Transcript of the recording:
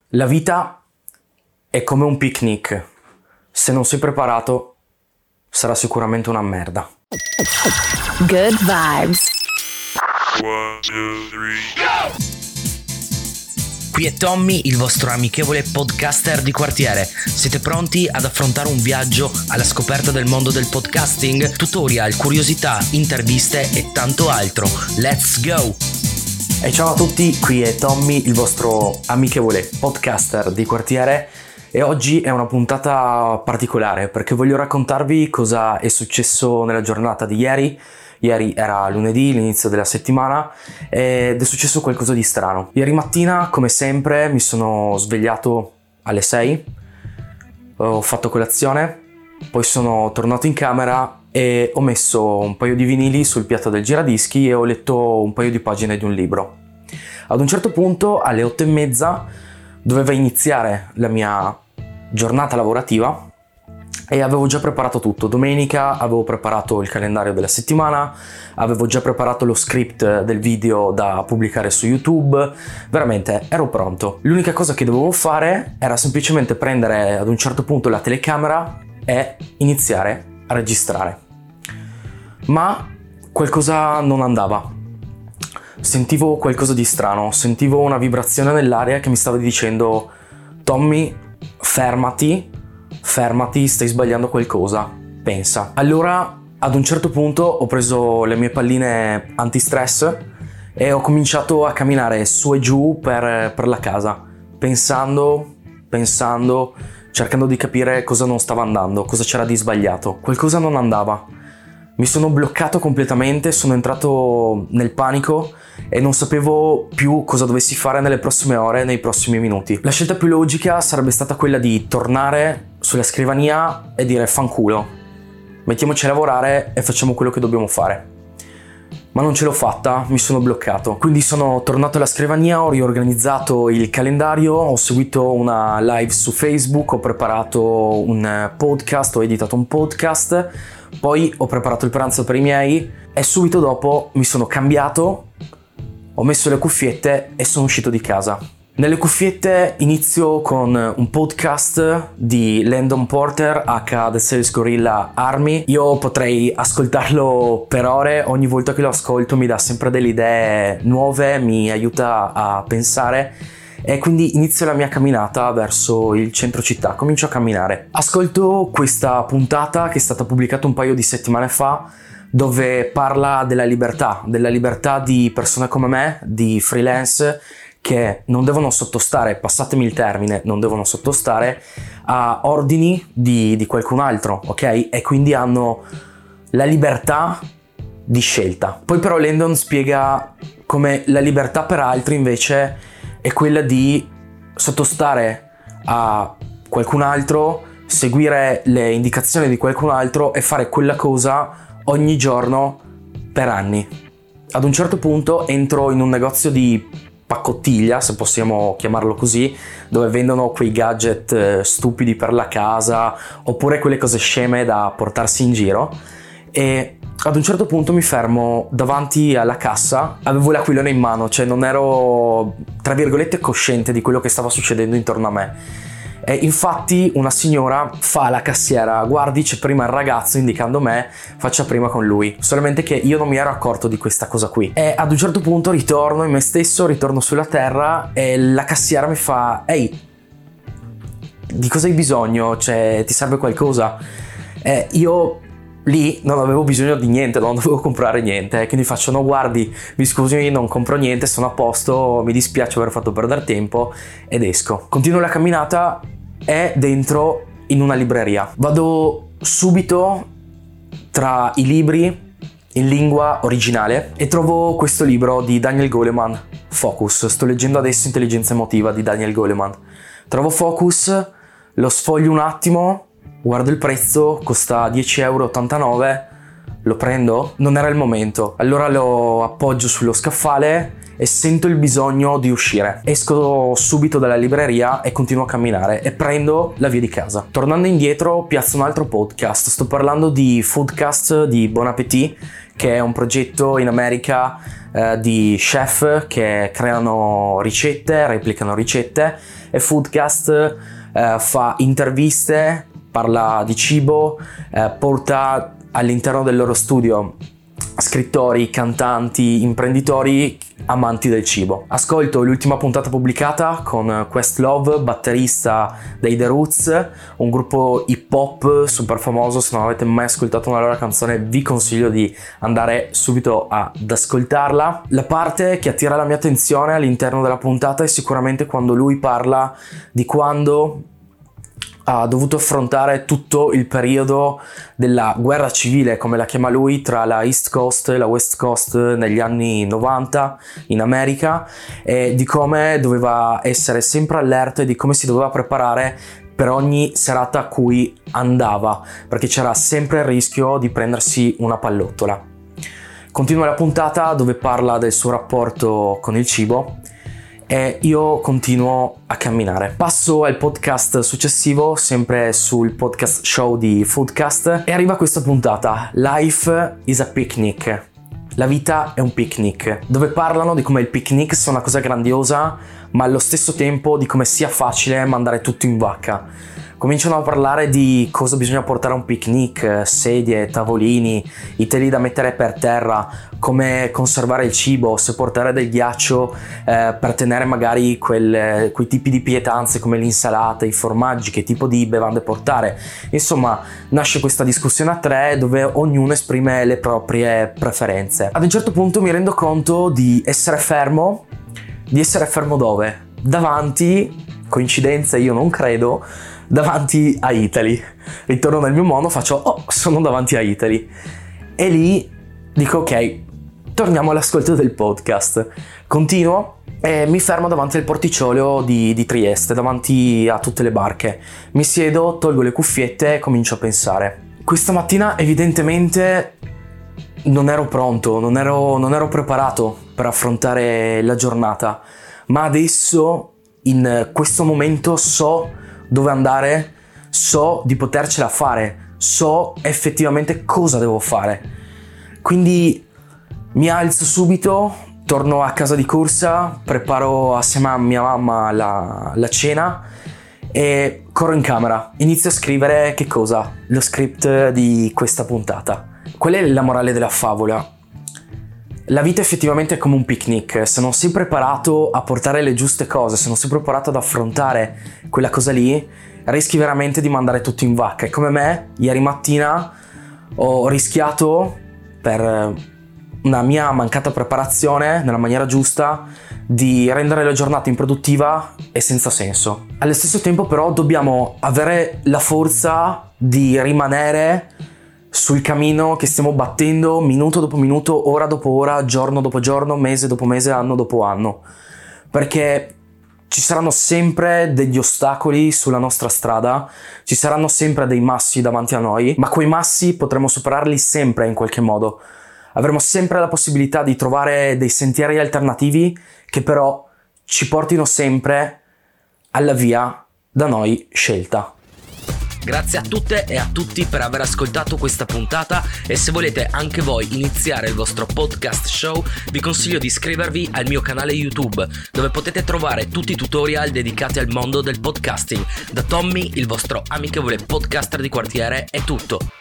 La vita è come un picnic. Se non sei preparato, sarà sicuramente una merda. Good vibes. 1, 2, 3, go! Qui è Tommy, il vostro amichevole podcaster di quartiere. Siete pronti ad affrontare un viaggio alla scoperta del mondo del podcasting? Tutorial, curiosità, interviste e tanto altro. Let's go! E ciao a tutti, qui è Tommy, il vostro amichevole podcaster di quartiere, e oggi è una puntata particolare perché voglio raccontarvi cosa è successo nella giornata di ieri. Ieri era lunedì, l'inizio della settimana, ed è successo qualcosa di strano. Ieri mattina, come sempre, mi sono svegliato alle 6, ho fatto colazione, poi sono tornato in camera e ho messo un paio di vinili sul piatto del giradischi e ho letto un paio di pagine di un libro. Ad un certo punto, alle 8:30, doveva iniziare la mia giornata lavorativa e avevo già preparato tutto. Domenica avevo preparato il calendario della settimana, avevo già preparato lo script del video da pubblicare su YouTube, veramente ero pronto. L'unica cosa che dovevo fare era semplicemente prendere ad un certo punto la telecamera e iniziare a registrare. Ma qualcosa non andava. Sentivo qualcosa di strano, sentivo una vibrazione nell'aria che mi stava dicendo: Tommy, fermati, stai sbagliando qualcosa, pensa. Allora, ad un certo punto ho preso le mie palline antistress e ho cominciato a camminare su e giù per la casa, pensando, cercando di capire cosa non stava andando, cosa c'era di sbagliato. Qualcosa non andava. Mi sono bloccato completamente, sono entrato nel panico e non sapevo più cosa dovessi fare nelle prossime ore, nei prossimi minuti. La scelta più logica sarebbe stata quella di tornare sulla scrivania e dire: fanculo, mettiamoci a lavorare e facciamo quello che dobbiamo fare. Ma non ce l'ho fatta, mi sono bloccato. Quindi sono tornato alla scrivania, ho riorganizzato il calendario, ho seguito una live su Facebook, ho preparato un podcast, ho editato un podcast, poi ho preparato il pranzo per i miei e subito dopo mi sono cambiato, ho messo le cuffiette e sono uscito di casa. Nelle cuffiette inizio con un podcast di Landon Porter aka The Sales Gorilla Army. Io potrei ascoltarlo per ore, ogni volta che lo ascolto mi dà sempre delle idee nuove, mi aiuta a pensare e quindi inizio la mia camminata verso il centro città, comincio a camminare. Ascolto questa puntata che è stata pubblicata un paio di settimane fa, dove parla della libertà di persone come me, di freelance, che non devono sottostare, passatemi il termine, non devono sottostare a ordini di qualcun altro, ok? E quindi hanno la libertà di scelta. Poi però Landon spiega come la libertà per altri invece è quella di sottostare a qualcun altro, seguire le indicazioni di qualcun altro e fare quella cosa ogni giorno per anni. Ad un certo punto entro in un negozio di paccottiglia, se possiamo chiamarlo così, dove vendono quei gadget stupidi per la casa oppure quelle cose sceme da portarsi in giro, e ad un certo punto mi fermo davanti alla cassa. Avevo l'aquilone in mano, cioè non ero tra virgolette cosciente di quello che stava succedendo intorno a me. E infatti una signora fa alla cassiera: guardi, c'è prima il ragazzo, indicando me, faccia prima con lui. Solamente che io non mi ero accorto di questa cosa qui. E ad un certo punto ritorno in me stesso, ritorno sulla terra e la cassiera mi fa: ehi, di cosa hai bisogno? Cioè, ti serve qualcosa? E io lì non avevo bisogno di niente, non dovevo comprare niente, quindi faccio: no, guardi, mi scusi, non compro niente, sono a posto, mi dispiace aver fatto perdere tempo, ed esco. Continuo la camminata e dentro in una libreria. Vado subito tra i libri in lingua originale e trovo questo libro di Daniel Goleman, Focus. Sto leggendo adesso Intelligenza emotiva di Daniel Goleman. Trovo Focus, lo sfoglio un attimo, guardo il prezzo, costa 10,89 €, lo prendo? Non era il momento. Allora lo appoggio sullo scaffale e sento il bisogno di uscire. Esco subito dalla libreria e continuo a camminare e prendo la via di casa. Tornando indietro piazzo un altro podcast. Sto parlando di Foodcast di Bon Appétit, che è un progetto in America di chef che creano ricette, replicano ricette, e Foodcast fa interviste, parla di cibo, porta all'interno del loro studio scrittori, cantanti, imprenditori, amanti del cibo. Ascolto l'ultima puntata pubblicata con Questlove, batterista dei The Roots, un gruppo hip hop super famoso. Se non avete mai ascoltato una loro canzone vi consiglio di andare subito ad ascoltarla. La parte che attira la mia attenzione all'interno della puntata è sicuramente quando lui parla di quando ha dovuto affrontare tutto il periodo della guerra civile, come la chiama lui, tra la East Coast e la West Coast negli anni 90 in America, e di come doveva essere sempre allerta e di come si doveva preparare per ogni serata a cui andava, perché c'era sempre il rischio di prendersi una pallottola. Continua la puntata dove parla del suo rapporto con il cibo e io continuo a camminare. Passo al podcast successivo, sempre sul podcast show di Foodcast, e arriva questa puntata, Life is a Picnic. La vita è un picnic, dove parlano di come il picnic sia una cosa grandiosa, ma allo stesso tempo di come sia facile mandare tutto in vacca. Cominciano a parlare di cosa bisogna portare a un picnic, sedie, tavolini, i teli da mettere per terra, come conservare il cibo, se portare del ghiaccio per tenere magari quei tipi di pietanze come l'insalata, i formaggi, che tipo di bevande portare. Insomma, nasce questa discussione a tre dove ognuno esprime le proprie preferenze. Ad un certo punto mi rendo conto di essere fermo dove? Davanti, coincidenza io non credo, davanti a Italy. Ritorno nel mio mondo, faccio sono davanti a Italy, e lì dico ok, torniamo all'ascolto del podcast. Continuo e mi fermo davanti al porticciolo di Trieste, davanti a tutte le barche. Mi siedo, tolgo le cuffiette e comincio a pensare. Questa mattina evidentemente non ero pronto, non ero preparato per affrontare la giornata, ma adesso in questo momento so dove andare, so di potercela fare, so effettivamente cosa devo fare. Quindi mi alzo subito, torno a casa di corsa, preparo assieme a mia mamma la cena e corro in camera. Inizio a scrivere che cosa? Lo script di questa puntata. Qual è la morale della favola? La vita effettivamente è come un picnic. Se non sei preparato a portare le giuste cose, se non sei preparato ad affrontare quella cosa lì, rischi veramente di mandare tutto in vacca. E come me, ieri mattina ho rischiato, per una mia mancata preparazione nella maniera giusta, di rendere la giornata improduttiva e senza senso. Allo stesso tempo però dobbiamo avere la forza di rimanere sul cammino che stiamo battendo minuto dopo minuto, ora dopo ora, giorno dopo giorno, mese dopo mese, anno dopo anno, perché ci saranno sempre degli ostacoli sulla nostra strada, ci saranno sempre dei massi davanti a noi, ma quei massi potremo superarli sempre in qualche modo. Avremo sempre la possibilità di trovare dei sentieri alternativi che però ci portino sempre alla via da noi scelta. Grazie a tutte e a tutti per aver ascoltato questa puntata, e se volete anche voi iniziare il vostro podcast show vi consiglio di iscrivervi al mio canale YouTube, dove potete trovare tutti i tutorial dedicati al mondo del podcasting. Da Tommy, il vostro amichevole podcaster di quartiere, è tutto.